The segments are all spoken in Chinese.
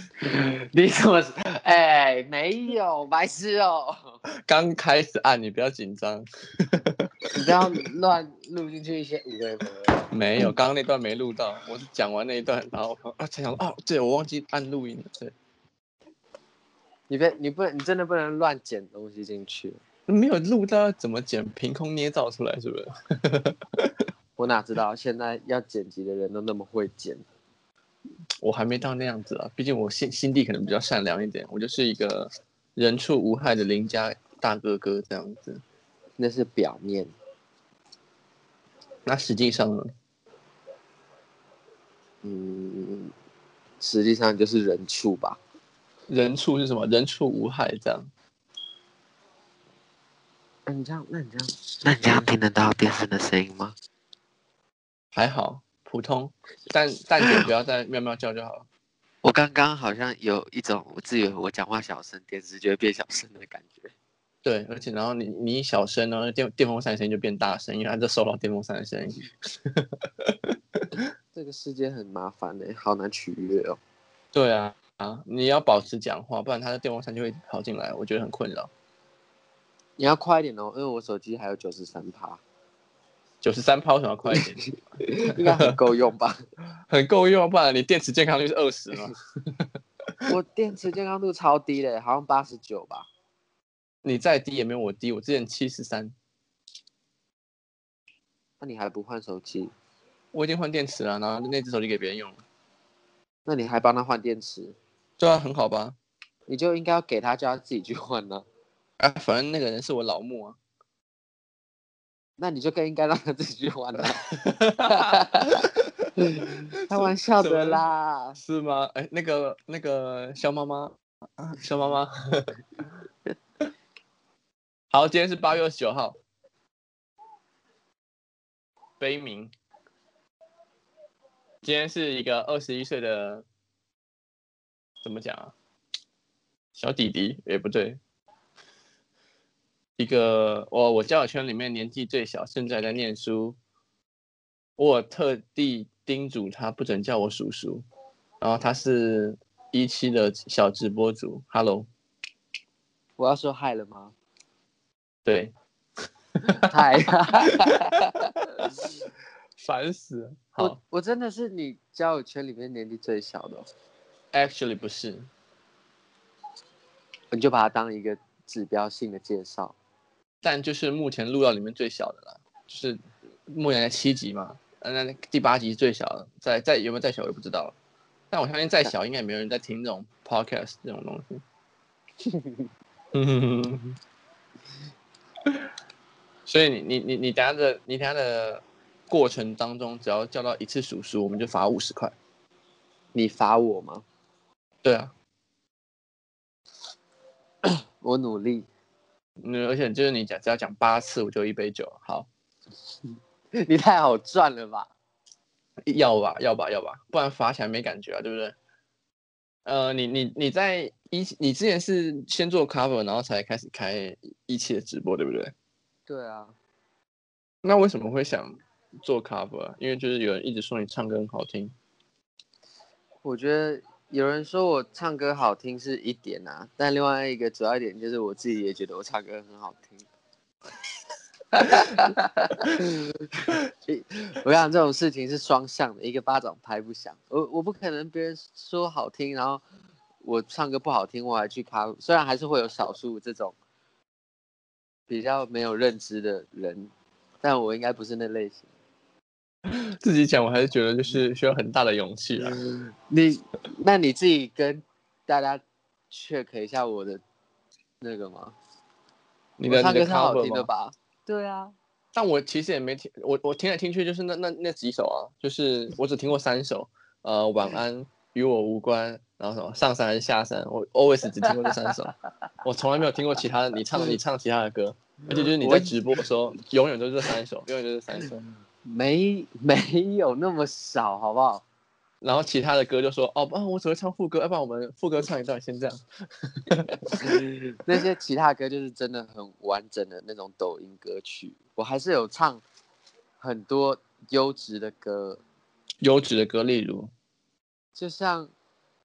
你怎么？哎，没有，白痴哦。 刚开始按，你不要紧张。 你不要乱录进去一些无谓的。 没有，刚刚那段没录到，我是讲完那一段，然后才想哦，对，我忘记按录音了。对， 你真的不能乱剪东西进去。 没有录到怎么剪，凭空捏造出来是不是？ 我哪知道现在要剪辑的人都那么会剪。 我还没到那样子啊，毕竟我心地可能比较善良一点，我就是一个人畜无害的邻家大哥哥这样子。 那是表面。 那实际上呢？ 实际上就是人畜吧。 人畜是什么？人畜无害这样。 那你这样听得到电视的声音吗？ 还好，普通，但姐不要再喵喵叫就好了。 我刚刚好像有一种我自以为我讲话小声，电视就会变小声的感觉。 对，而且然后你一小声呢，电风扇声音就变大声，因为它就收到电风扇的声音。 这个世界很麻烦的，好难取悦哦。 对啊，你要保持讲话，不然它的电风扇就会跑进来，我觉得很困扰。 你要快一点哦，因为我手机还有93%。 93%为什么要快一点？ 应该很够用吧？ 很够用，不然你电池健康率是20吗？ 我电池健康度超低的，好像89吧。 你再低也没有我低，我之前73。 那你还不换手机？ 我已经换电池了，然后那只手机给别人用了。 那你还帮他换电池？ 对啊，很好吧？ 你就应该要给他，叫他自己去换呢。 反正那个人是我老木啊。 那你就更应该让他自己去换了。开玩笑的啦。 是吗？哎，那个肖妈妈啊，肖妈妈。好，今天是8月29号。悲鸣。今天是一个21岁的，怎么讲啊？小弟弟也不对，一个我交友圈里面年纪最小，现在在念书。我特地叮嘱他不准叫我叔叔，然后他是17的小直播主。Hello， 我要说嗨了吗？ 对， 嗨。 烦死了。好， 我真的是你交友圈里面年纪最小的哦。 Actually 不是， 你就把它当一个指标性的介绍。 但就是目前录到里面最小的啦，就是目前才7集嘛，那第8集是最小的，再有没有再小我也不知道了。但我相信再小应该也没有人在听这种 podcast 这种东西。所以你等下的过程当中，只要叫到一次叔叔，我们就罚50块。 你罚我吗？ 对啊， 我努力。 而且就是你只要讲8次，我就1杯酒。好， 你太好赚了吧？ 要吧，不然罚起来没感觉啊，对不对？你之前是先做 cover， 然后才开始开17的直播，对不对？ 对啊。 那为什么会想做 cover 啊？因为就是有人一直说你唱歌很好听。 我觉得有人说我唱歌好听是一点啊，但另外一个主要一点就是我自己也觉得我唱歌很好听。我想这种事情是双向的，一个巴掌拍不响。我不可能别人说好听，然后我唱歌不好听，我还去卡。虽然还是会有少数这种比较没有认知的人，但我应该不是那类型。 自己讲，我还是觉得就是需要很大的勇气啊。 那你自己跟大家 check 一下我的那个吗？我唱歌是好听的吧？对啊。 但我其实也没听，我听来听去就是那几首啊，就是我只听过3首，晚安，与我无关，然后什么上山还是下山，我 always 只听过这3首，我从来没有听过其他的你唱其他的歌，而且就是你在直播的时候，永远都是这3首，永远都是3首， 没有那么少，好不好？ 然后其他的歌就说我只会唱副歌，要不然我们副歌唱一段，先这样。 那些其他歌就是真的很完整的那种抖音歌曲，我还是有唱很多优质的歌。 优质的歌，例如， 就像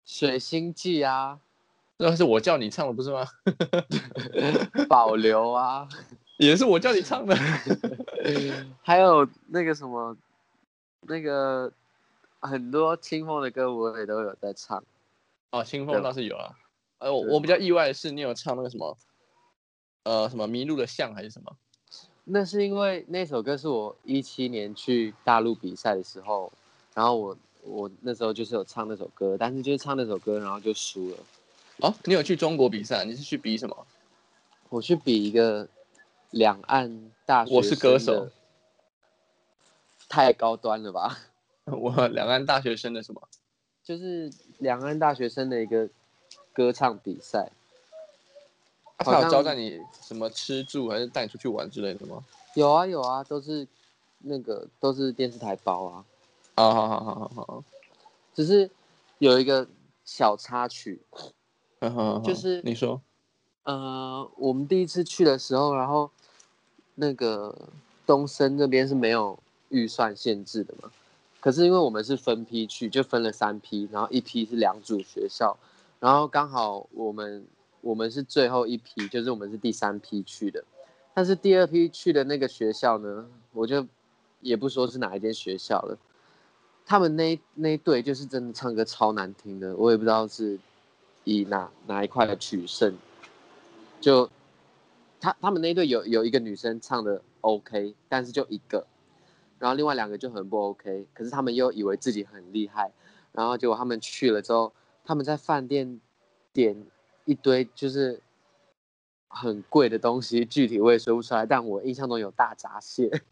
水星记啊， 那是我叫你唱的不是吗？ 保留啊， 也是我叫你唱的。 还有那个什么，那个很多清风的歌我也都有在唱。 哦，清风对吧？ 倒是有啊。 对， 我比较意外的是，你有唱那个什么什么迷路的象还是什么？ 那是因为那首歌是我17年去大陆比赛的时候，然后我那时候就是有唱那首歌，但是就是唱那首歌，然后就输了。 哦，你有去中国比赛？你是去比什么？ 我去比一个两岸大学我是歌生的， 手。 太高端了吧？ 我两岸大学生的什么？ 就是两岸大学生的一个歌唱比赛， 他有招好像待你什么吃住，还是带你出去玩之类的吗？ 有啊有啊，都是电视台包啊， 啊，好好好好好。 只是有一个小插曲， 好好好， 就是你说。 我们第一次去的时候，然后那个东升这边是没有预算限制的嘛，可是因为我们是分批去，就分了3批，然后一批是2组学校，然后刚好我们是最后一批，就是我们是第3批去的，但是第2批去的那个学校呢，我就也不说是哪一间学校了，他们那一队就是真的唱歌超难听的，我也不知道是以哪一块取胜。就他们那一队有一个女生唱的 OK，但是就一个，然后另外2个就很不 OK，可是他们又以为自己很厉害，然后结果他们去了之后，他们在饭店点一堆就是很贵的东西，具体我也说不出来，但我印象中有大闸蟹，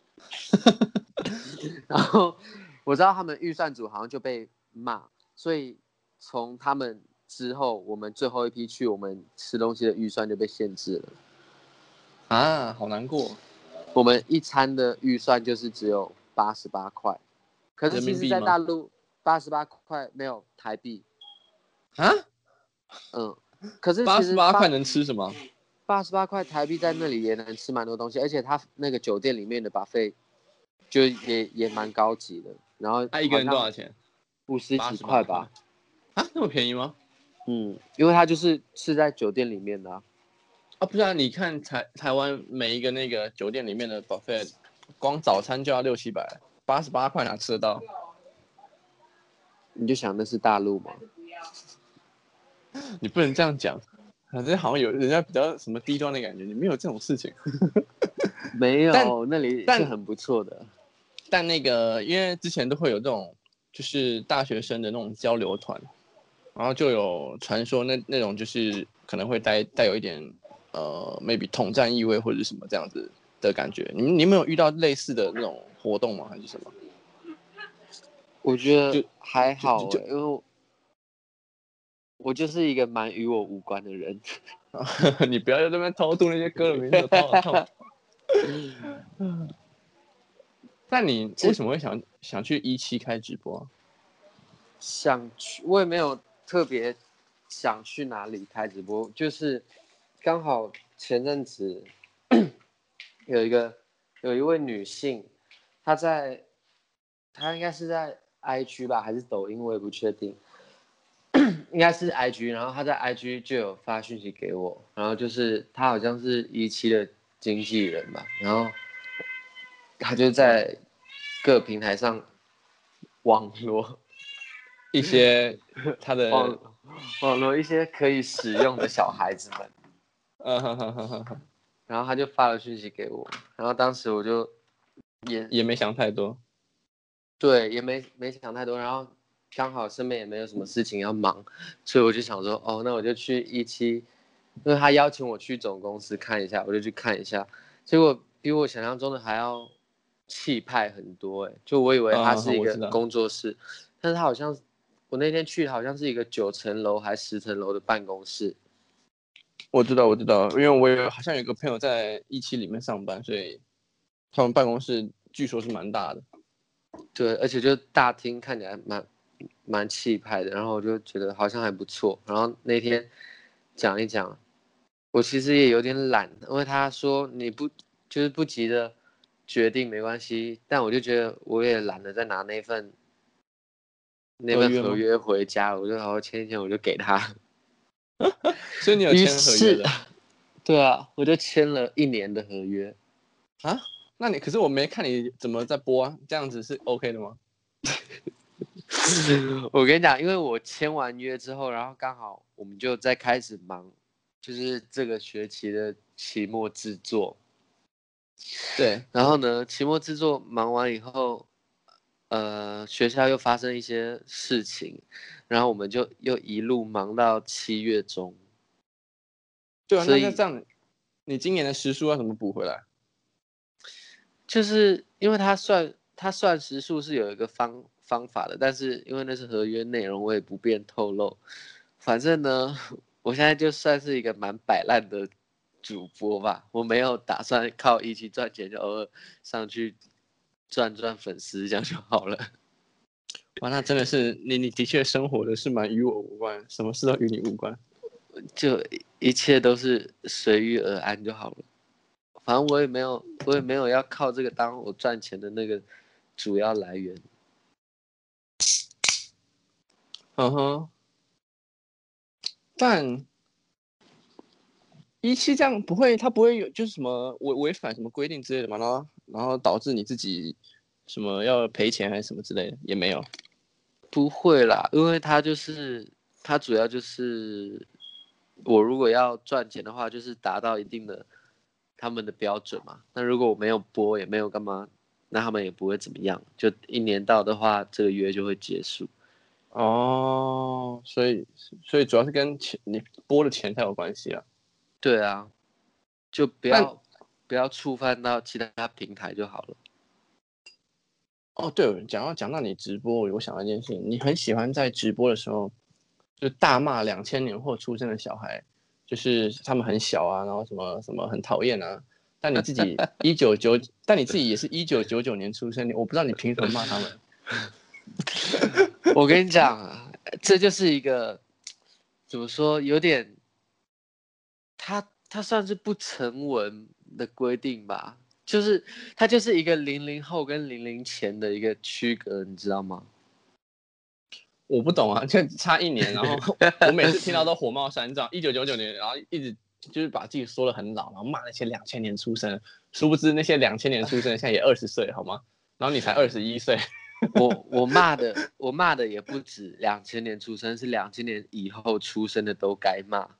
然后我知道他们预算组好像就被骂，所以从他们之后，我们最后一批去，我们吃东西的预算就被限制了。 啊，好难过。 我们一餐的预算就是只有88块，可是人其实，在民币吗？ 大陆88块没有台币， 啊， 嗯，可是八其实十八块能吃什么？ 88块台币在那里也能吃蛮多东西，而且它那个酒店里面的 buffet 就也蛮高级的，然后他一个好像人多少钱？八 50几十八块块吧， 啊，那么便宜吗？ 因为它就是在酒店里面的啊， 啊，不是啊，你看台湾每一个那个酒店里面的 buffet，光早餐就要600-700，88块哪吃得到？ 你就想那是大陆嘛， 你不能这样讲，反正好像有人家比较什么低端的感觉，你没有这种事情。 没但有，那里是但很不错的， 但那个，因为之前都会有这种就是大学生的那种交流团，然后就有传说那种就是可能会带有一点maybe 统战意味或者是什么这样子的感觉。你们有遇到类似的那种活动吗？还是什么？ 我觉得就还就就就好因为我就是一个蛮与我无关的人。 你不要在那边偷渡那些歌的名字，我头好痛。但你为这什么会想去17开直播啊？ 想去，我也没有特别想去哪里开直播，就是刚好前阵子有一位女性，她她应该是在 IG 吧，还是抖音，我也不确定，应该是 IG，然后她在 IG 就有发讯息给我，然后就是她好像是17的经纪人吧，然后她就哦， 在各平台上网罗一些他网的网罗一些可以使用的小孩子们， 哈哈哈哈， 然后他就发了讯息给我，然后当时我就也也没想太多。 对，也没想太多，然后刚好身边也没有什么事情要忙，所以我就想说，哦，那我就去17，因为他邀请我去总公司看一下，我就去看一下，结果比我想象中的还要气派很多，就我以为它是一个我知道。 工作室，但是他好像我那天去好像是一个9层楼还10层楼的办公室， 我知道，我知道，因为我好像有个朋友在17里面上班，所以他们办公室据说是蛮大的。 对，而且就大厅看起来蛮气派的，然后我就觉得好像还不错。然后那天讲一讲，我其实也有点懒，因为他说你就是不急的决定没关系，但我就觉得我也懒得再拿那份那份合约回家，我就好好签一签，我就给他。 所以你有签合约的？ 对啊，我就签了1年的合约。 啊？那可是我没看你怎么在播啊，这样子是 OK 的吗？ 我跟你讲，因为我签完约之后，然后刚好我们就在开始忙，就是这个学期的期末制作。 对， 然后呢，期末制作忙完以后，学校又发生一些事情，然后我们就又一路忙到7月中。 对啊， 所以那这样，你今年的时数要怎么补回来？ 就是因为他算时数是有一个方法的，但是因为那是合约内容，我也不便透露。反正呢，我现在就算是一个蛮摆烂的主播吧，我没有打算靠一起赚钱，就偶尔上去赚粉丝这样就好了。 哇，那真的是你的确生活的是蛮与我无关，什么事都与你无关。 就一切都是随遇而安就好了。反正我也没有要靠这个当我赚钱的那个主要来源。 嗯哼，但17这样不会，他不会有就是什么违反什么规定之类的吗？然后导致你自己什么要赔钱还是什么之类的也没有。 不会啦，因为它主要就是我如果要赚钱的话，就是达到一定的他们的标准嘛。那如果我没有播也没有干嘛，那他们也不会怎么样。就1年到的话，这个约就会结束。 哦，所以主要是跟你播的钱才有关系啊。 对啊，就那不要触犯到其他平台就好了。 哦，对，讲到你直播，我想到一件事情，你很喜欢在直播的时候就大骂2000年后出生的小孩，就是他们很小啊，然后什么什么很讨厌啊。但你自己但你自己也是1999年出生，我不知道你凭什么骂他们。 我跟你讲啊，这就是一个怎么说，有点它算是不成文的规定吧，就是它就是一个00后跟00前的一个区隔，你知道吗？ 我不懂啊，就差1年，然后我每次听到都火冒三丈。1999年，然后一直就是把自己说的很老，然后骂那些2000年出生，殊不知那些2000年出生的现在也20岁，好吗？然后你才21岁。 我骂的也不止2000年出生，是2000年以后出生的都该骂。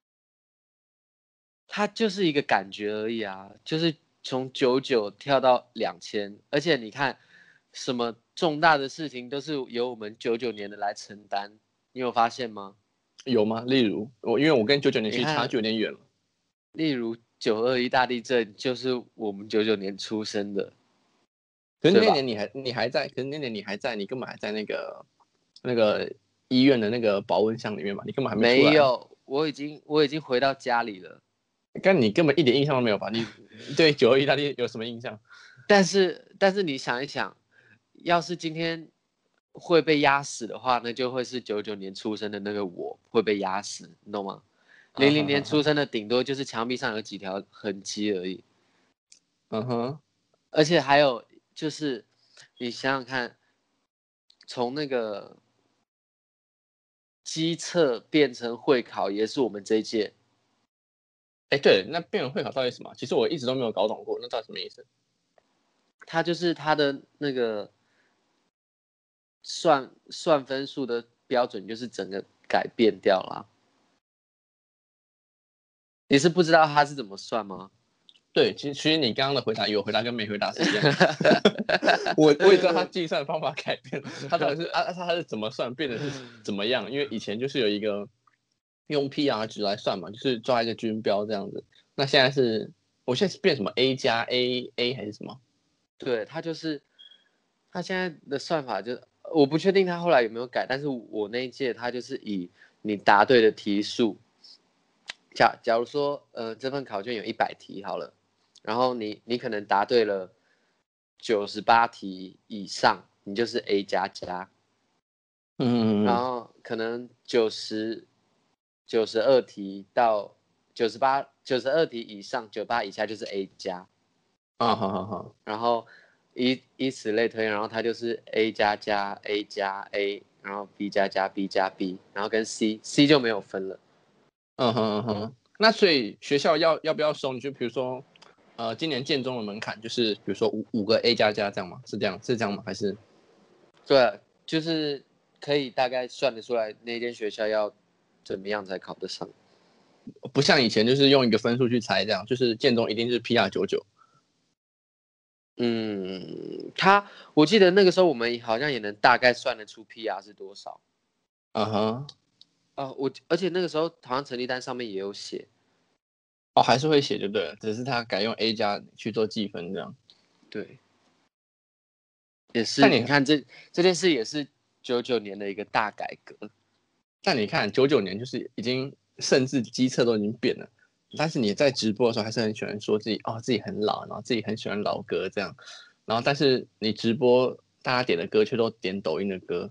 它就是一个感觉而已啊，就是从99跳到2000，而且你看，什么重大的事情都是由我们99年的来承担，你有发现吗？ 有吗？例如因为我跟99年其实差你看， 距有点远了。 例如921大地震就是我们99年出生的， 可是对吧？ 那年你还在，可是那年你还在，你根本还在那个医院的那个保温箱里面嘛，你根本还没出来。 没有，我已经回到家里了。 但你根本一点印象都没有吧？你对921大地有什么印象？ 但是你想一想，要是今天会被压死的话，那就会是99年出生的那个我会被压死，你懂吗？00年出生的顶多就是墙壁上有几条痕迹而已。 嗯哼， 而且还有就是，你想想看，从那个基测变成会考，也是我们这一届。 哎，对，那变成会考到底是什么？其实我一直都没有搞懂过，那到底什么意思？ 它就是它的那个算分数的标准，就是整个改变掉了。你是不知道它是怎么算吗？ 对，其实你刚刚的回答有回答跟没回答是一样的。我也知道他计算方法改变了，他到底是他是怎么算，变得是怎么样？因为以前就是有一个用 PR 值来算嘛，就是抓一个均标这样子。那现在我现在是变什么 A 加 A 还是什么？ 对，它现在的算法就我不确定它后来有没有改，但是我那一届它就是以你答对的题数，假如说这份考卷有100题好了，然后你可能答对了98题以上，你就是 A 加加，然嗯后可能92题到92题以上98以下就是 A 加， 啊，好好好， 然后以此类推，然后它就是 A 加加 A 加 A， 然后 B 加加 B 加 B，然后跟 C 就没有分了。 嗯哼嗯哼。那所以学校要不要收？你就比如说，今年建中的门槛就是比如说五个 A 加加这样吗？是这样吗？还是？ 对，就是可以大概算得出来那间学校要怎么样才考得上。 不像以前就是用一个分数去猜这样，就是建中一定是 PR99。 我记得那个时候我们好像也能大概算得出 PR 是多少。 嗯哼。 而且那个时候好像成绩单上面也有写。 哦，还是会写就对了，只是他改用 A 加去做计分这样。 对，也是。 但你你看这件事也是99年的一个大改革。 但你看99年就是已经甚至机测都已经变了，但是你在直播的时候还是很喜欢说自己很老，然后自己很喜欢老歌这样，然后但是你直播大家点的歌却都点抖音的歌，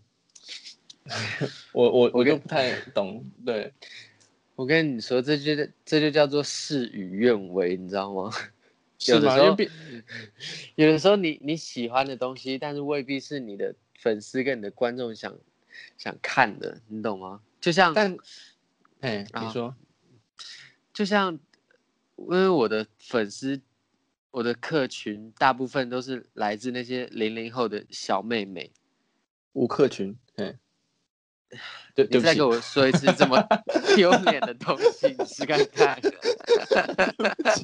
我就不太懂。对， 我跟你说，这就叫做事与愿违，你知道吗？有是吗？ 的时候，有的时候你喜欢的东西，但是未必是你的粉丝跟你的观众想看的，你懂吗？就像你说。 就像，因为我的粉丝，我的客群大部分都是来自那些00后的小妹妹。 吴克群。对不起。 你再给我说一次这么丢脸的东西，你试看看。 对不起。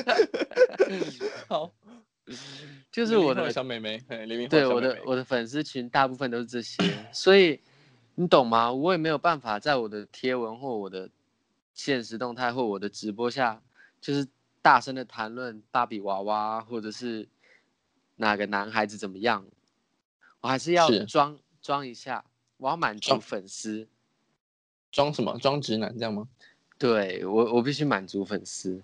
好。 就是 00后的小妹妹，00后的对， 小妹妹。 我的粉丝群大部分都是这些，所以你懂吗？我也没有办法在我的贴文或我的现实动态或我的直播下，就是大声的谈论芭比娃娃或者是哪个男孩子怎么样，我还是要是装一下，我要满足装粉丝。 装什么？装直男这样吗？ 对，我必须满足粉丝。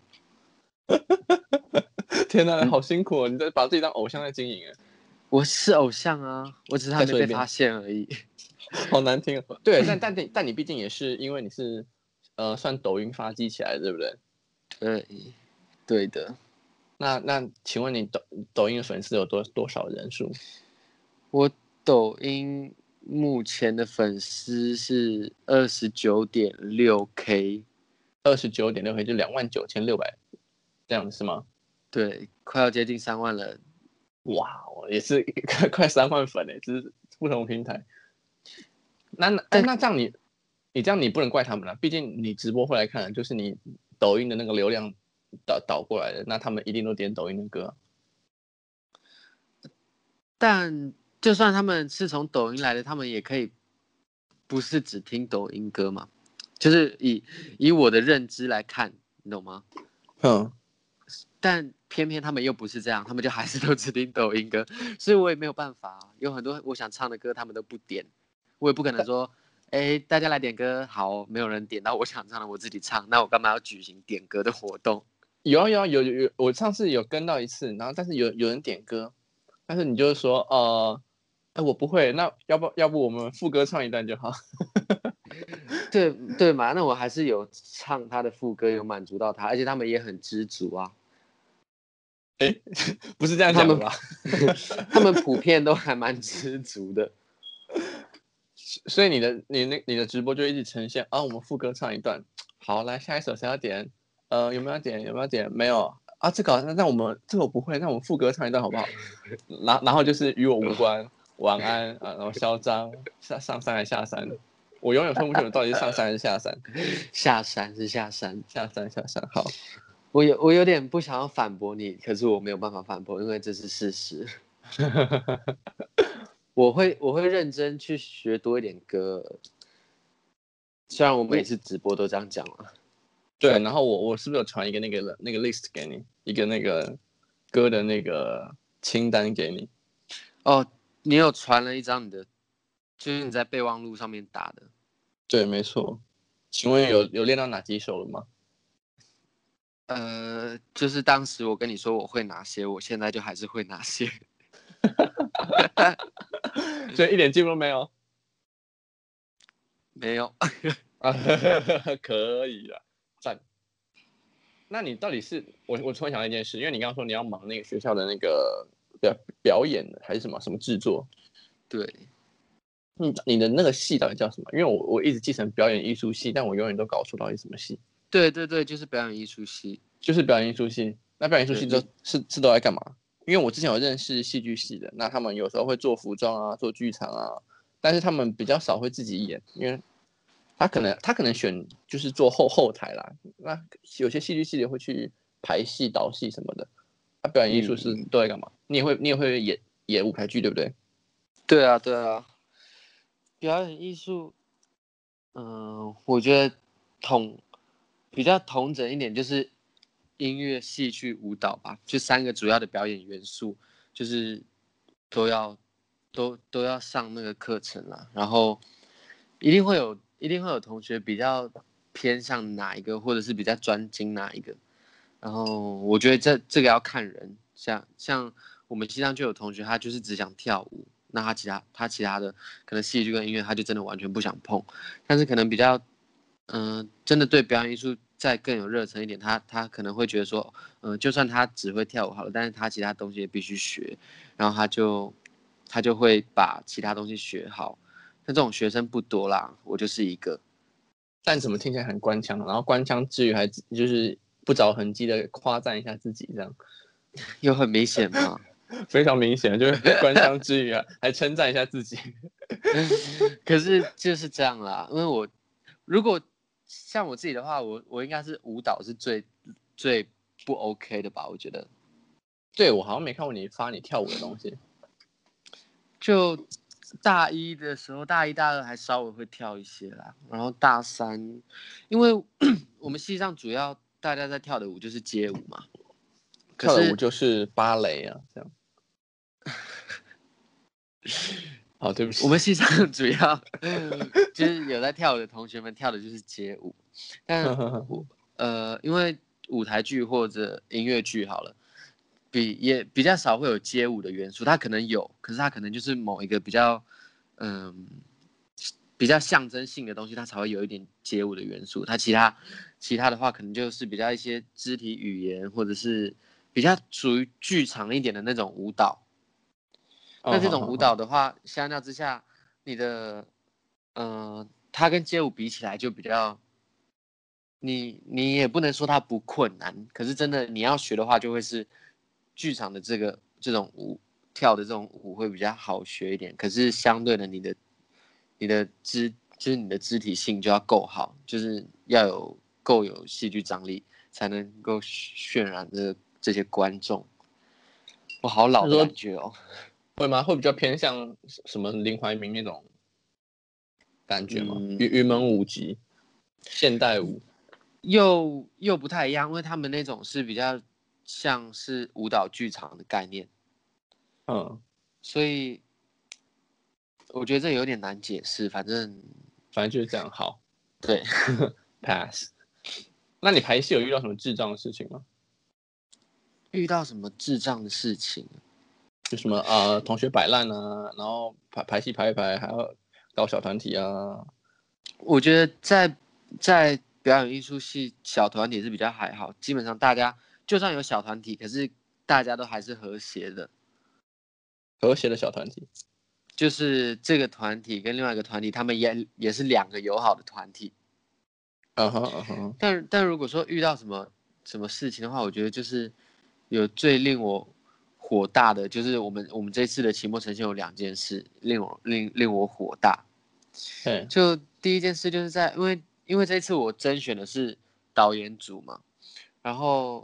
天哪，好辛苦哦！你在把自己当偶像在经营哎。 我是偶像啊，我只是还再说一遍。 没被发现而已。 好难听哦。对，但你毕竟也是因为你是算抖音发迹起来的，对不对？ 对，对的。 那请问你抖音的粉丝有多少人数？ 我抖音目前的粉丝是29.6K。 29.6K 就29600这样子是吗？ 对，快要接近3万了。 哇，也是快3万粉哎，只是不同平台。那这样你这样你不能怪他们了，毕竟你直播会来看，就是你抖音的那个流量导过来的，那他们一定都点抖音的歌。 但就算他们是从抖音来的，他们也可以不是只听抖音歌嘛？就是以我的认知来看，你懂吗？ 嗯。 但偏偏他们又不是这样，他们就还是都只听抖音歌，所以我也没有办法。有很多我想唱的歌，他们都不点，我也不可能说，哎，大家来点歌，好，没有人点到我想唱的，我自己唱，那我干嘛要举行点歌的活动？ 有，我上次有跟到一次，然后但是有人点歌，但是你就是说我不会，那要不我们副歌唱一段就好。 对嘛？那我还是有唱他的副歌，有满足到他，而且他们也很知足啊。 不是这样讲的吧？ 他们普遍都还蛮知足的。 所以你的直播就一直呈现我们副歌唱一段，好，来下一首谁要点？有没有点？有没有点？没有啊，这个那我们这个我不会，那我们副歌唱一段好不好？然后就是与我无关，晚安然后嚣张上山还下山，我永远分不清楚到底是上山还是下山。 下山是下山。 下山好。 我有点不想要反驳你，可是我没有办法反驳，因为这是事实。我会认真去学多一点歌，虽然我每次直播都这样讲了。 对，然后我是不是有传一个那个 list 给你，一个那个歌的那个清单给你？ 哦，你有传了一张就是你在备忘录上面打的。 对，没错。请问有练到哪几首了吗？ 就是当时我跟你说我会哪些，我现在就还是会哪些。 所以一点进步都没有。 没有。 可以了，赞。那你到底是我突然想到一件事，因为你刚刚说你要忙那个学校的那个表演的还是什么制作？ 对。 你的那个系到底叫什么？因为我一直记成表演艺术系，但我永远都搞错到底什么系。 对对对，就是表演艺术系。 就是表演艺术系。那表演艺术系对， 是都在干嘛？因为我之前有认识戏剧系的，那他们有时候会做服装啊，做剧场啊，但是他们比较少会自己演，因为他可能选就是做后台啦。那有些戏剧系的会去排戏、导戏什么的。那表演艺术是都在干嘛？你也会演舞台剧，对不对？ 对啊对啊，表演艺术，我觉得比较统整一点就是音乐、戏剧、舞蹈吧，就3个主要的表演元素，就是都要都要上那个课程啦。然后一定会有同学比较偏向哪一个，或者是比较专精哪一个。然后我觉得这个要看人，像我们系上就有同学，他就是只想跳舞，那他其他的可能戏剧跟音乐，他就真的完全不想碰。但是可能比较真的对表演艺术再更有热忱一点，他可能会觉得说，就算他只会跳舞好了，但是他其他东西也必须学，然后他就会把其他东西学好。那这种学生不多啦，我就是一个。 但怎么听起来很官腔，然后官腔之余还就是不着痕迹的夸赞一下自己，这样有很明显吗？ 非常明显，就是官腔之余还称赞一下自己。 可是就是这样啦，因为如果像我自己的话，我应该是舞蹈是最不 OK 的吧？我觉得， 对，我好像没看过你发你跳舞的东西。 就大一的时候，大一大二还稍微会跳一些啦，然后大三，因为我们系上主要大家在跳的舞就是街舞嘛，可跳的舞是就是芭蕾啊，这样。好，对不起。 我们系上主要就是有在跳舞的同学们跳的就是街舞，但因为舞台剧或者音乐剧好了，也比较少会有街舞的元素，它可能有，可是它可能就是某一个嗯比较象征性的东西，它才会有一点街舞的元素，它其他的话可能就是比较一些肢体语言或者是比较属于剧场一点的那种舞蹈。那这种舞蹈的话，相较之下，你的，它跟街舞比起来就比较，你也不能说它不困难，可是真的你要学的话，就会是剧场的这种舞跳的这种舞会比较好学一点。可是相对的，就是你的肢体性就要够好，就是要够有戏剧张力，才能够渲染这些观众。我好老的是说感觉哦。 会吗？会比较偏向什么林怀民那种感觉吗？云门舞集、现代舞。 又不太一样，因为他们那种是比较像是舞蹈剧场的概念，所以我觉得这有点难解释。反正反正就是这样。好对， ，pass。那你排戏有遇到什么智障的事情吗？ 遇到什么智障的事情， 就什么同学摆烂啊，然后排戏排一排，还要搞小团体啊。 我觉得在表演艺术系小团体是比较还好，基本上大家就算有小团体，可是大家都还是和谐的， 和谐的小团体。 就是这个团体跟另外一个团体，他们也是2个友好的团体。但如果说遇到什么事情的话，我觉得就是有最令我火大的，就是我们这次的期末呈现有2件事令我火大。就第一件事就是因为这一次我甄选的是导演组嘛，然后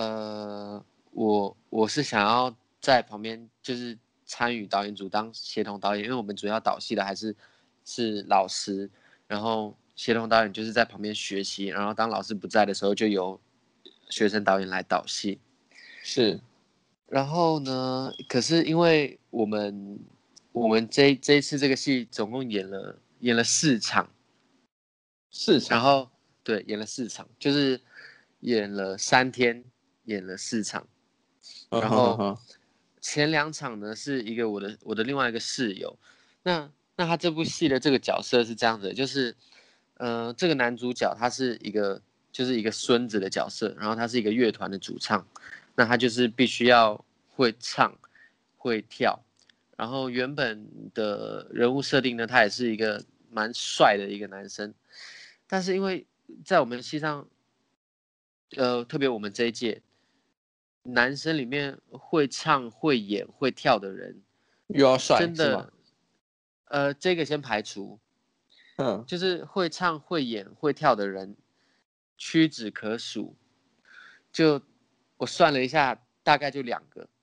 我是想要在旁边就是参与导演组当协同导演，因为我们主要导戏的是老师，然后协同导演就是在旁边学习，然后当老师不在的时候就由学生导演来导戏。 是。 然后呢，可是因为我们这一次这个戏总共演了4场，然后对演了4场，就是演了3天，演了4场。然后前2场呢是一个我的另外一个室友，那他这部戏的这个角色是这样子的，就是这个男主角他是就是一个孙子的角色，然后他是一个乐团的主唱，那他就是必须要会唱会跳， 然后原本的人物设定呢，他也是一个蛮帅的一个男生，但是因为在我们系上，特别我们这一届，男生里面会唱、会演、会跳的人， 又要帅是吗？ 真的，这个先排除， 嗯， 就是会唱、会演、会跳的人屈指可数。就我算了一下，大概就2个。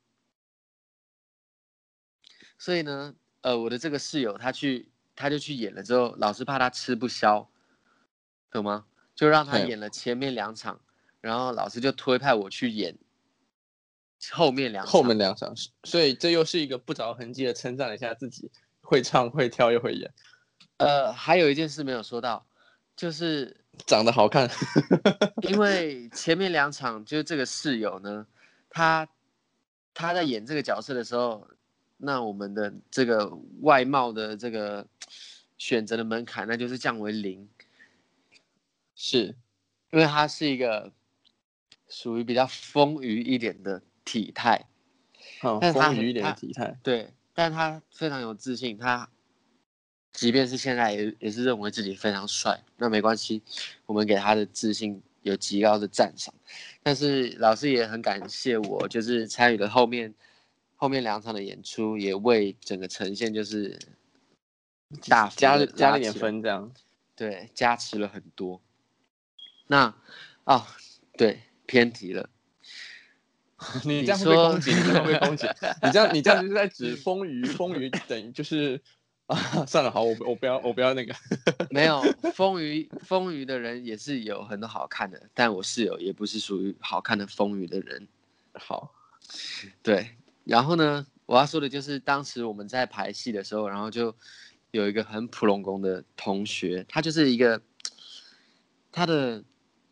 所以呢，我的这个室友他就去演了之后，老师怕他吃不消，懂吗？就让他嘿， 演了前面2场，然后老师就推派我去演后面2 后面场。 2场，所以这又是一个不着痕迹的称赞了一下自己，会唱会跳又会演， 还有一件事没有说到，就是长得好看。 因为前面2场，就是这个室友呢，他他在演这个角色的时候，那我们的这个外貌的这个选择的门槛，那就是降为0， 是， 因为他是一个属于比较丰腴一点的体态，但是他丰腴一点的很他体态。 对，但他非常有自信，他即便是现在也是认为自己非常帅，那没关系，我们给他的自信有极高的赞赏。但是老师也很感谢我，就是参与了后面2场的演出，也为整个呈现就是大幅的加了一点拉起来， 分这样。 对，加持了很多。那哦，对，偏题了。 你这样会被你说攻击，你这样会被攻击，你这样就是在指丰腴等于就是算了，好，我不要那个。 没有丰腴的人也是有很多好看的，但我室友也不是属于好看的丰腴的人。 好， 对，然后呢，我要说的就是当时我们在排戏的时候，然后就有一个很普龙宫的同学，他就是一个他的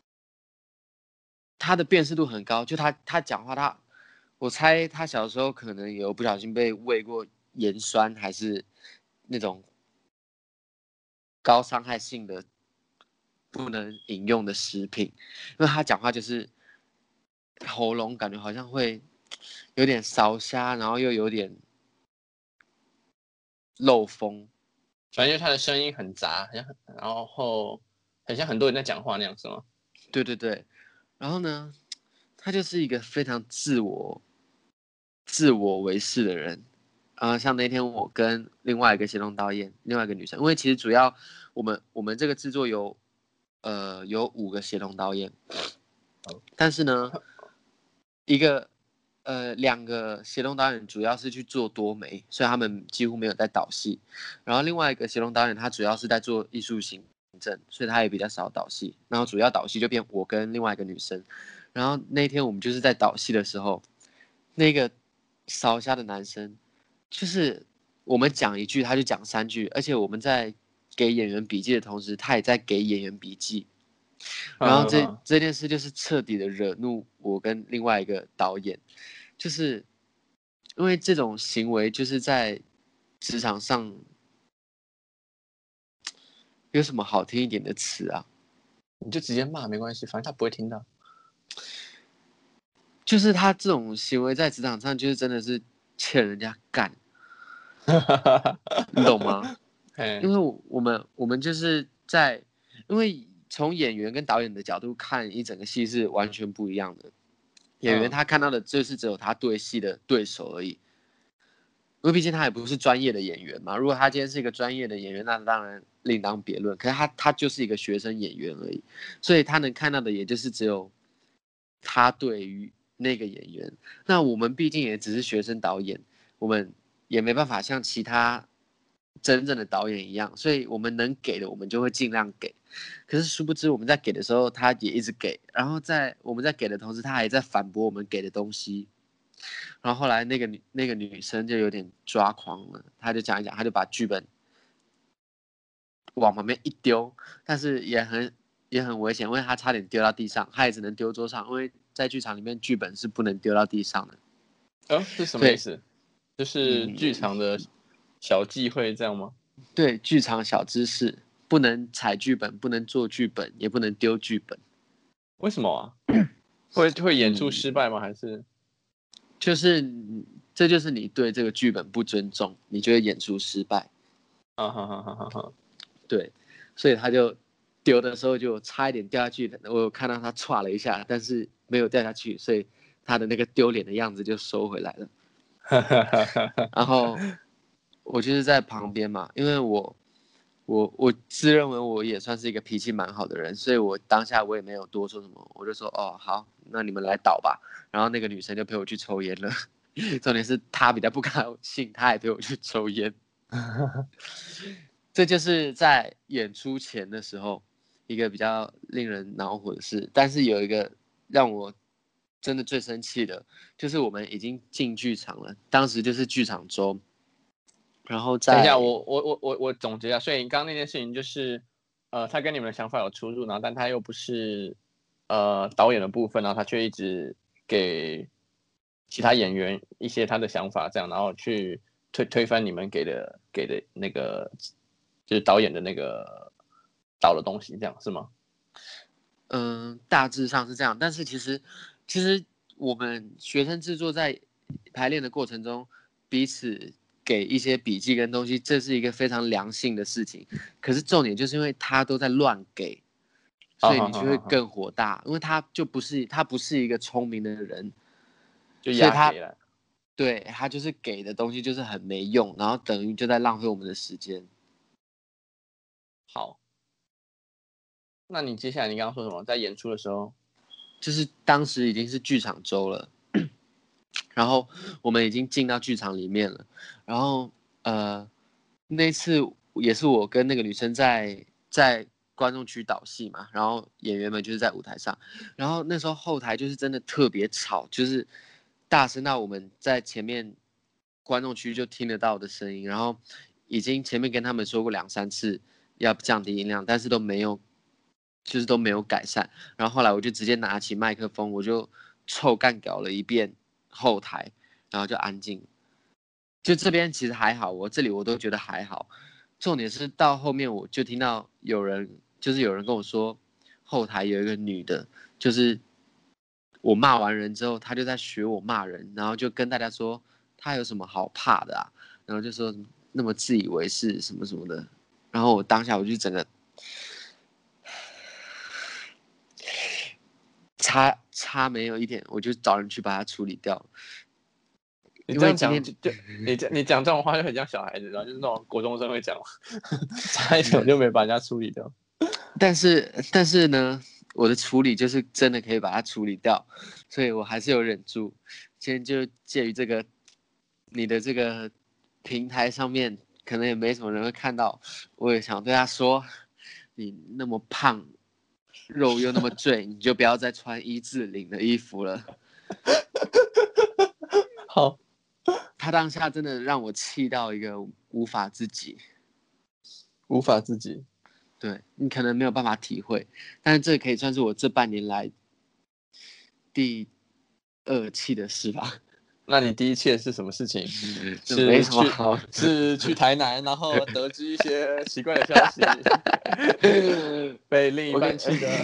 他的辨识度很高，就他讲话我猜他小时候可能有不小心被喂过盐酸，还是那种高伤害性的不能饮用的食品，因为他讲话就是喉咙感觉好像会有点烧瞎，然后又有点漏风。 反正就是他的声音很杂，然后很像很多人在讲话那样，是吗？ 对对对，然后呢，他就是一个非常自我为是的人。像那天我跟另外一个协同导演，另外一个女生，因为其实主要我们这个制作有5个协同导演，但是呢，2个协同导演主要是去做多媒，所以他们几乎没有在导戏。然后另外一个协同导演他主要是在做艺术行政，所以他也比较少导戏。然后主要导戏就变我跟另外一个女生。然后那天我们就是在导戏的时候，那个烧瞎的男生，就是我们讲1句他就讲3句，而且我们在给演员笔记的同时，他也在给演员笔记。然后这件事就是彻底的惹怒我跟另外一个导演，就是因为这种行为就是在职场上有什么好听一点的词啊？ 你就直接骂没关系，反正他不会听到。 就是他这种行为在职场上就是真的是欠人家干，你懂吗？因为我们就是因为从演员跟导演的角度看一整个戏是完全不一样的。演员他看到的就是只有他对戏的对手而已，因为毕竟他也不是专业的演员嘛。如果他今天是一个专业的演员，那当然另当别论。可是他就是一个学生演员而已，所以他能看到的也就是只有他对于那个演员。那我们毕竟也只是学生导演，我们也没办法像其他真正的导演一样，所以我们能给的我们就会尽量给。可是殊不知我们在给的时候，他也一直给，然后我们在给的同时，他还在反驳我们给的东西。然后后来那个女生就有点抓狂了，她就讲一讲，她就把剧本往旁边一丢，但是也很危险，因为她差点丢到地上，她也只能丢桌上，因为在剧场里面剧本是不能丢到地上的。 是什么意思？就是剧嗯， 场的小忌讳这样吗？ 对，剧场小知识，不能踩剧本，不能做剧本，也不能丢剧本。 为什么啊？会演出失败吗？还是就是这就是你对这个剧本不尊重，你就会演出失败。对，所以他就丢的时候就差一点掉下去，我有看到他歘了一下，但是没有掉下去，所以他的那个丢脸的样子就收回来了。然后我就是在旁边嘛，因为我自认为我也算是一个脾气蛮好的人，所以我当下我也没有多说什么，我就说哦好，那你们来倒吧。然后那个女生就陪我去抽烟了。重点是她比较不高兴，她也陪我去抽烟。这就是在演出前的时候一个比较令人恼火的事。但是有一个让我真的最生气的，就是我们已经进剧场了，当时就是剧场周。然后等一下，我总结一下，所以你刚刚那件事情就是，他跟你们的想法有出入，然后但他又不是导演的部分，然后他却一直给其他演员一些他的想法，这样，然后去推翻你们给的那个就是导演的那个导的东西，这样是吗？ 大致上是这样，但是其实我们学生制作在排练的过程中，彼此给一些笔记跟东西，这是一个非常良性的事情。可是重点就是因为他都在乱给，所以你就会更火大，因为他不是一个聪明的人， 就所以他给了。 对他就是给的东西就是很没用，然后等于就在浪费我们的时间。 好，那你接下来你刚刚说什么？在演出的时候， 就是当时已经是剧场周了。然后我们已经进到剧场里面了，然后那次也是我跟那个女生在观众区导戏嘛，然后演员们就是在舞台上，然后那时候后台就是真的特别吵，就是大声到我们在前面观众区就听得到的声音，然后已经前面跟他们说过2、3次要降低音量，但是都没有，就是都没有改善，然后后来我就直接拿起麦克风，我就臭干搞了一遍后台，然后就安静。就这边其实还好，我这里我都觉得还好。重点是到后面我就听到有人跟我说，后台有一个女的，就是我骂完人之后，她就在学我骂人，然后就跟大家说她有什么好怕的啊，然后就说那么自以为是什么什么的。然后我当下我就整个差没有一点，我就找人去把它处理掉。 你这样因为今天讲你讲这种话就很像小孩子，然后就是那种国中生会讲，差一点我就没把人家处理掉。 但是呢，我的处理就是真的可以把它处理掉，所以我还是有忍住。今天就介于这个你的这个平台上面，可能也没什么人会看到，我也想对他说，你那么胖，肉又那么赘，你就不要再穿1至0的衣服了。 好， 他当下真的让我气到一个无法自己。 无法自己。 对，你可能没有办法体会，但是这可以算是我这半年来第2气的事吧。 那你第一切是什么事情？ 没什么好。 是去台南，然后得知一些奇怪的消息，被另一半气的。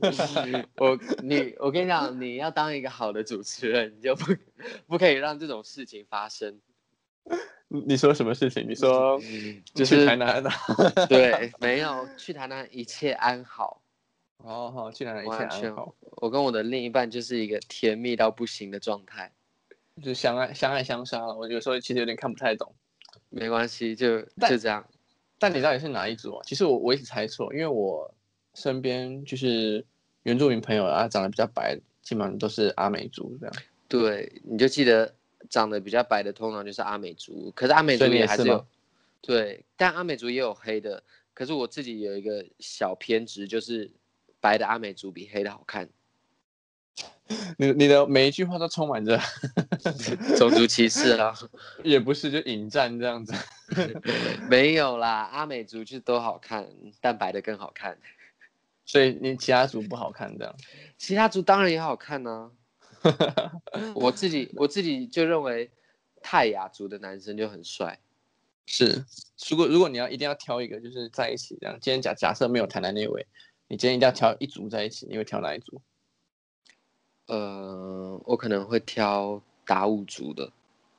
我跟你讲，你要当一个好的主持人，你就不可以让这种事情发生。 你说什么事情？你说就是去台南的。 对，没有去台南一切安好。 哦，好，去台南一切安好。 我跟我的另一半就是一个甜蜜到不行的状态。 就相爱相杀了。我有时候其实有点看不太懂。 没关系，就这样。 但你到底是哪一组啊？其实我一直猜错，因为我身边就是原住民朋友啊，长得比较白，基本上都是阿美族这样。 对，你就记得长得比较白的通常就是阿美族，可是阿美族也还是有。对，但阿美族也有黑的，可是我自己有一个小偏执，就是白的阿美族比黑的好看。 你的每一句话都充满着种族歧视啊。 也不是就引战这样子。 没有啦，阿美族就都好看，但白的更好看。 所以你其他族不好看这样。 其他族当然也好看呢、我自己就认为泰雅族的男生就很帅。 是，如果你一定要挑一个，就是在一起这样。今天假设没有台南那位，你今天一定要挑一组在一起，你会挑哪一组？ 我可能会挑达悟族的。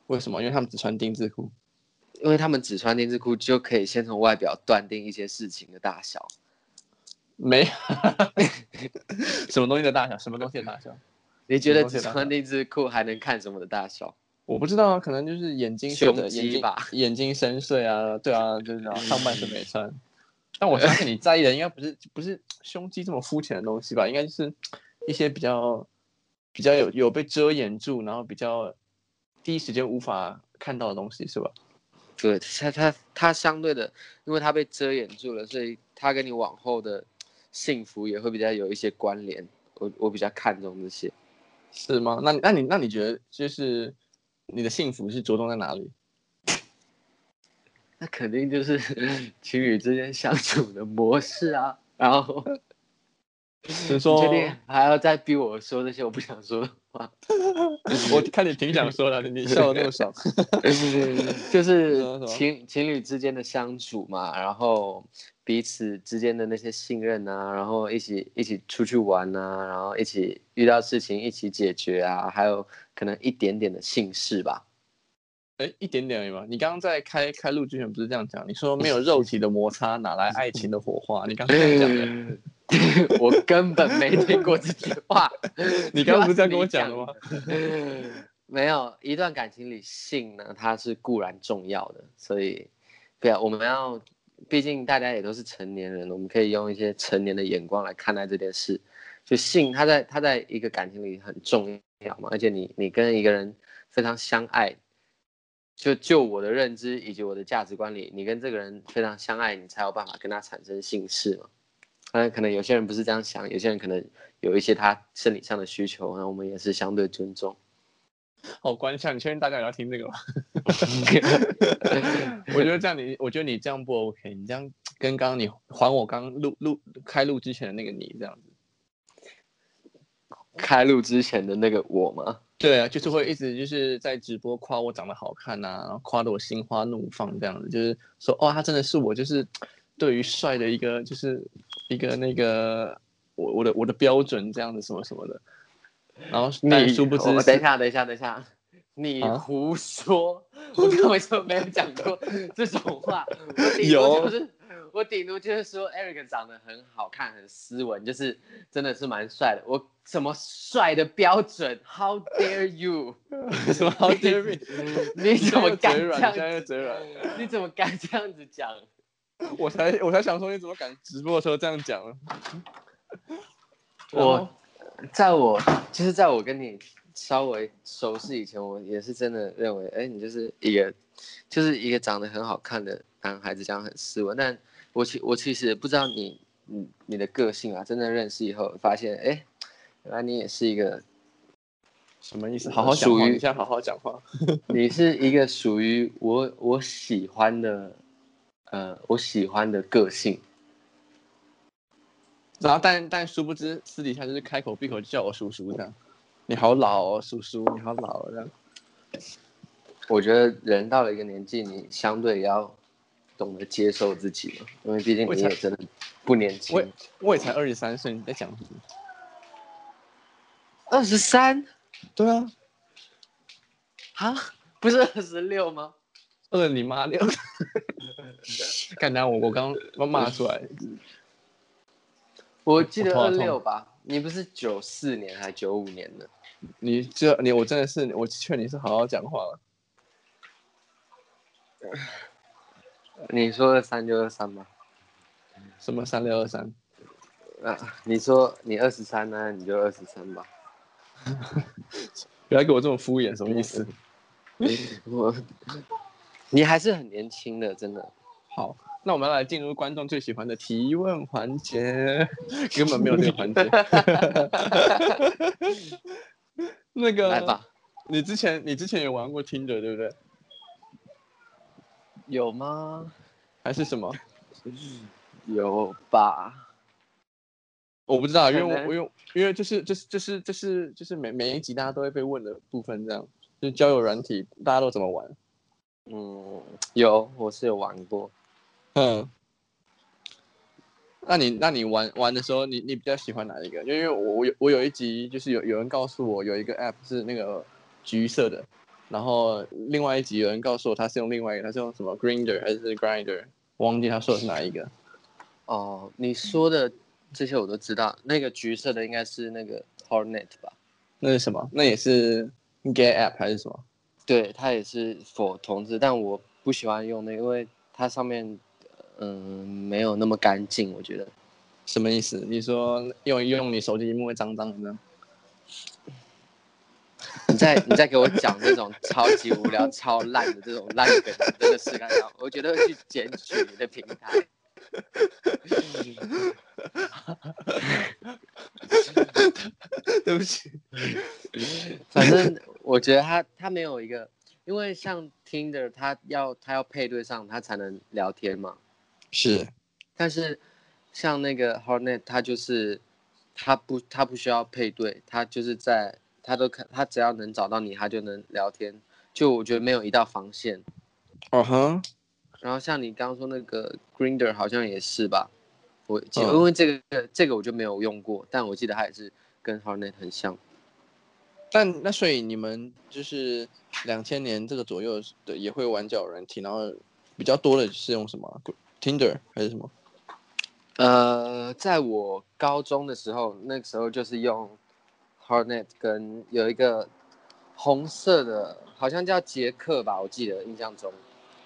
为什么？因为他们只穿丁字裤。 因为他们只穿丁字裤就可以先从外表断定一些事情的大小。 没，什么东西的大小？什么东西的大小？ 你觉得只穿丁字裤还能看什么的大小？ 我不知道啊，可能就是眼睛深的眼睛深邃啊，对啊，就是上半身没穿。但我相信你在意的应该不是胸肌这么肤浅的东西吧？应该就是一些比较有被遮掩住，然后比较第一时间无法看到的东西，是吧？ 对，它相对的，因为它被遮掩住了，所以它跟你往后的幸福也会比较有一些关联。我比较看重这些。 是吗？那你觉得就是你的幸福是着重在哪里？ 那肯定就是情侣之间相处的模式啊。然后你说， 你确定还要再逼我说这些我不想说的话？ 我看你挺想说的，你笑得那么爽。 就是情侣之间的相处嘛，然后彼此之间的那些信任啊，然后一起出去玩啊，然后一起遇到事情一起解决啊，还有可能一点点的姓氏吧。 哎，一点点而已嘛。你刚刚在开录之前不是这样讲？你说没有肉体的摩擦，哪来爱情的火花？你刚刚这样讲的。 我根本没听过这句话。 你刚刚不是这样跟我讲的吗？ 没有，一段感情里性呢，它是固然重要的，所以对啊，我们要，毕竟大家也都是成年人，我们可以用一些成年的眼光来看待这件事。就性，它在一个感情里很重要嘛，而且你跟一个人非常相爱。就我的认知以及我的价值观里，你跟这个人非常相爱，你才有办法跟他产生性事嘛。可能有些人不是这样想，有些人可能有一些他生理上的需求，那我们也是相对尊重。 好官腔，你确定大家也要听这个吗？我觉得你这样不 OK， 你这样跟刚刚你还我刚开录之前的那个你这样子。 开录之前的那个我吗？ 对啊，就是会一直就是在直播夸我长得好看啊，然后夸得我心花怒放这样子，就是说哦，他真的是我就是对于帅的一个就是一个那个我的标准这样子什么什么的，然后但殊不知等一下，你胡说！我根本就没有讲过这种话，我顶多就是说 Eric 长得很好看，很斯文，就是真的是蛮帅的。我什么帅的标准 ？How dare you？ 什么 How dare me？ 你怎么敢这样？ 你现在又嘴软， 你怎么敢这样子讲？ 我才想说你怎么敢直播的时候这样讲呢？ 在我跟你稍微熟识以前，我也是真的认为，哎，你就是一个长得很好看的男孩子，这样很斯文。但我其实不知道你的个性啊，真正认识以后发现，哎，原来你也是一个什么意思？好好讲话，你现在好好讲话。 你是一个属于我喜欢的，我喜欢的个性。 然后但殊不知私底下就是开口闭口就叫我叔叔这样。你好老哦，叔叔，你好老哦这样。 我觉得人到了一个年纪，你相对要懂得接受自己嘛，因为毕竟你也真的不年轻。 我也才23岁，你在讲什么 ？23？ 对啊。 啊，不是26吗？ 你妈6！干单我刚骂出来。 我记得26吧，你不是94年还95年的？ 我真的是，我劝你是好好讲话了。 你说23就23吧。 什么3623？ 你说你23呢，你就23吧。 不要给我这么敷衍，什么意思？ 你还是很年轻的，真的。 好，那我们要来进入观众最喜欢的提问环节，根本没有这个环节。那个， 来吧。 你之前有玩过 Tinder 对不对？ 有吗？ 还是什么？ 有吧？ 我不知道，因为就是每一集大家都会被问的部分，这样就是交友软体大家都怎么玩？ 我是有玩过。 那你玩的时候，你比较喜欢哪一个？因为我有一集就是有人告诉我有一个 app 是那个橘色的， 然后另外一集有人告诉我他是用另外一个，他是用什么 Grinder 还是 Grinder， 我忘记他说的是哪一个。 哦，你说的这些我都知道，那个橘色的应该是那个 Hornet 吧？ 那是什么？那也是 Gay App 还是什么？ 对，它也是 for 同志，但我不喜欢用那个，因为它上面没有那么干净，我觉得。 什么意思？你说用你手机屏幕会脏脏的这样？ 你再给我讲这种超级无聊、超烂的这种烂梗，真的是看到，我觉得会去检举你的平台。 对不起。 反正我觉得他没有一个，因为像 Tinder，他要配对上，他才能聊天嘛。 是。 但是像那个 Hornet，他就是他不需要配对，他就是他只要能找到你，他就能聊天。就我觉得没有一道防线。然后像你刚刚说那个 Grinder 好像也是吧？因为这个我就没有用过，但我记得它也是跟 Hornet 很像。 那所以你们就是2000年这个左右的也会玩交友软体，然后比较多的是用什么 Tinder 还是什么？ 在我高中的时候，那个时候就是用 Hornet 跟有一个红色的，好像叫捷克吧，我记得印象中。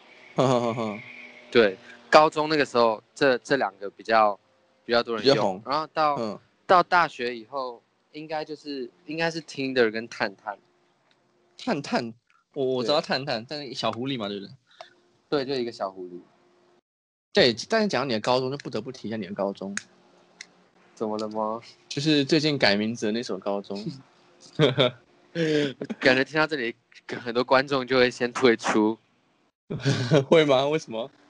对，高中那个时候这两个比较多人用， 比较红。 然后到大学以后，应该是 Tinder 跟探探。 探探，我知道探探，但是小狐狸嘛，对不对？ 对，就一个小狐狸。 对，但是讲到你的高中，就不得不提一下你的高中。 怎么了吗？ 就是最近改名字的那所高中。 感觉听到这里，很多观众就会先退出。 会吗？为什么？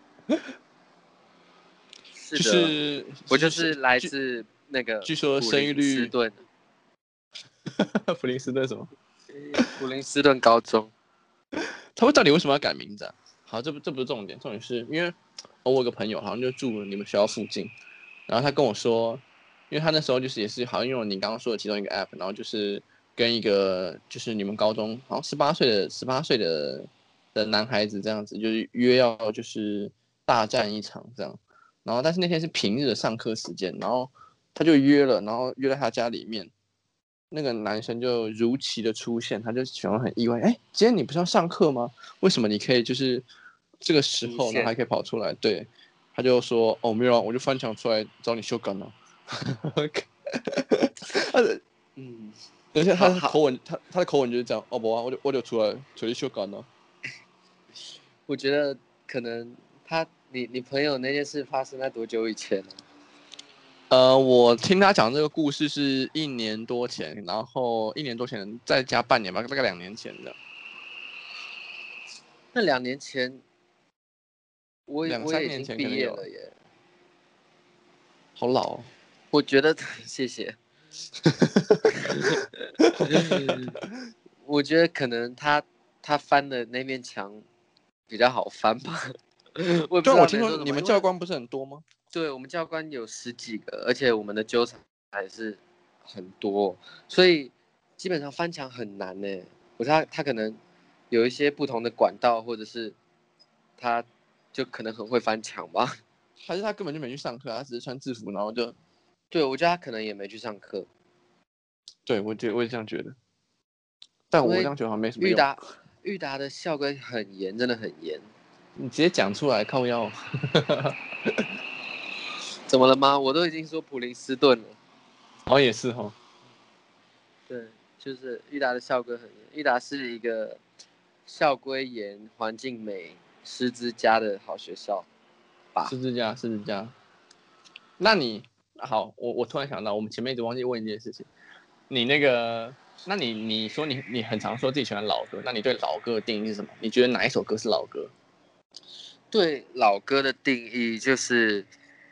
是的， 就是我就是来自那个据说生育率普林斯顿。 普林斯顿什么？ 普林斯顿高中。 他们到底为什么要改名字啊？好，这不是重点，重点是因为我有个朋友好像就住你们学校附近，然后他跟我说，因为他那时候就是也是好像用了你刚刚说的其中一个 app，然后就是跟一个就是你们高中好像18岁的男孩子这样子，就是约要就是大战一场这样，然后但是那天是平日的上课时间，然后他就约了，然后约在他家里面。那个男生就如期的出现，他就想得很意外，哎，今天你不是要上课吗？为什么你可以就是这个时候，然后还可以跑出来？对，他就说，哦，没有啊，我就翻墙出来找你修改了。而且他的口吻，他的口吻就是这样，哦不啊，我就出来修改了。 我觉得可能你朋友那件事发生在多久以前呢？ 我听他讲这个故事是1年多前，然后1年多前再加半年吧，大概2年前的。 那2年前，我 2-3年也已经毕前可能有， 业了耶。 好老哦。 我觉得谢谢。我觉得可能他翻的那面墙比较好翻吧。我也不知道就我听说能说什么， 你们因为教官不是很多吗？ 对我们教官有10几个，而且我们的纠察还是很多，所以基本上翻墙很难呢。我知道他可能有一些不同的管道，或者是他就可能很会翻墙吧。 还是他根本就没去上课，他只是穿制服，然后就…… 对，我觉得他可能也没去上课。 对，我也这样觉得，但因为我这样觉得好像没什么用。 裕达裕达的校规很严，真的很严。 你直接讲出来，靠腰。 怎么了吗？我都已经说普林斯顿了。 好像也是哈。 对，就是裕达的校规很严。裕达是一个校规严、环境美、师资佳的好学校吧？ 是这家。那你好，我突然想到，我们前面一直忘记问一件事情，你那个，那你说你很常说自己喜欢老歌，那你对老歌的定义是什么？你觉得哪一首歌是老歌？ 对老歌的定义就是，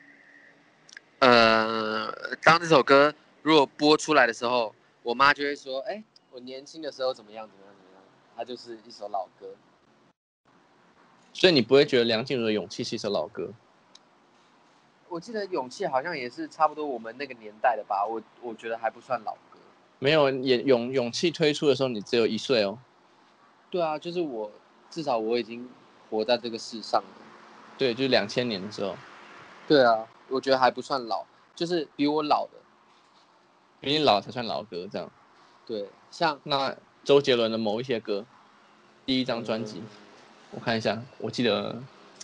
当这首歌如果播出来的时候，我妈就会说：“哎，我年轻的时候怎么样怎么样怎么样。”它就是一首老歌。 所以你不会觉得梁静茹的《勇气》是一首老歌？ 我记得勇气好像也是差不多我们那个年代的吧，我觉得还不算老歌。 没有，勇气推出的时候你只有1岁哦。 对啊，就是至少我已经活在这个世上了。 对，就是2000年的时候， 对啊，我觉得还不算老，就是比我老的。 比你老才算老歌这样。 对，像那周杰伦的某一些歌，第一张专辑， 嗯我看一下，我记得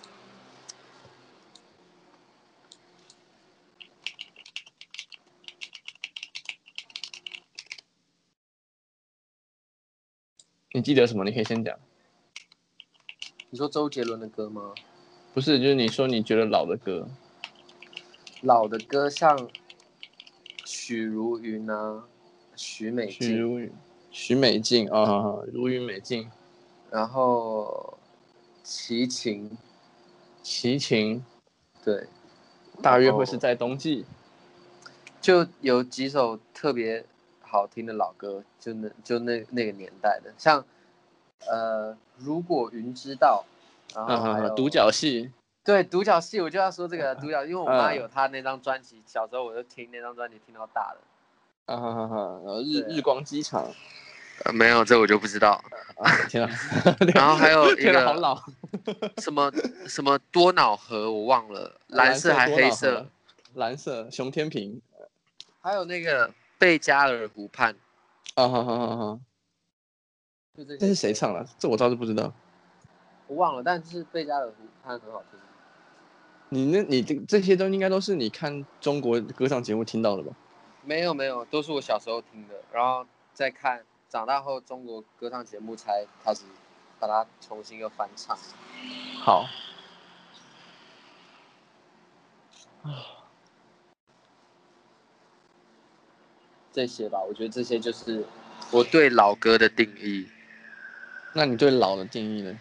你记得什么？你可以先讲。 你说周杰伦的歌吗？ 不是，就是你说你觉得老的歌， 老的歌像许茹芸啊、许美静， 许茹芸、许美静啊，如云美静、 然后齐秦， 齐秦， 对， 大约会是然后在冬季。 就有几首特别好听的老歌，就那个年代的，像如果云知道，然后还独有角戏， 对独角戏，我就要说这个独角，因为我妈有嗯她那张专辑，小时候我就听那张专辑听到大的。 然后对日光机场没有，这我就不知道。 天啊， 然后还有一天啊，好个老， 什么什么多瑙河，我忘了，蓝色还蓝色多黑色， 瑙河，蓝色熊天平， 还有那个贝加尔湖畔， 啊， 就这这是些歌， 谁唱的？这我倒是不知道。 我忘了，但是贝加尔湖畔很好听。 你这些都应该都是你看中国歌唱节目听到的吧？ 没有没有，都是我小时候听的，然后再看长大后中国歌唱节目才开始把它重新又翻唱。 好， 这些吧，我觉得这些就是我对老歌的定义。 那你对老的定义呢？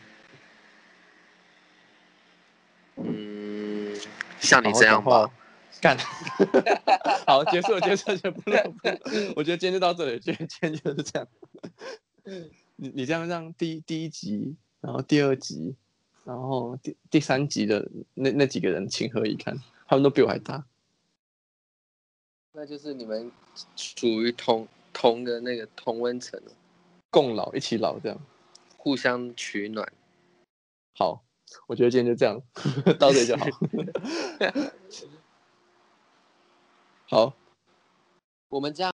嗯，像你好好这样吧。 讲话哦，干，好，结束，不录，我觉得今天就到这里，今天就是这样。你这样让第一集，然后第二集，然后第三集的那几个人情何以堪？他们都比我还大。 那就是你们属于同的那个同温层， 共老，一起老，这样互相取暖。 好。我觉得今天就这样，到这里就好。好。 我们这样。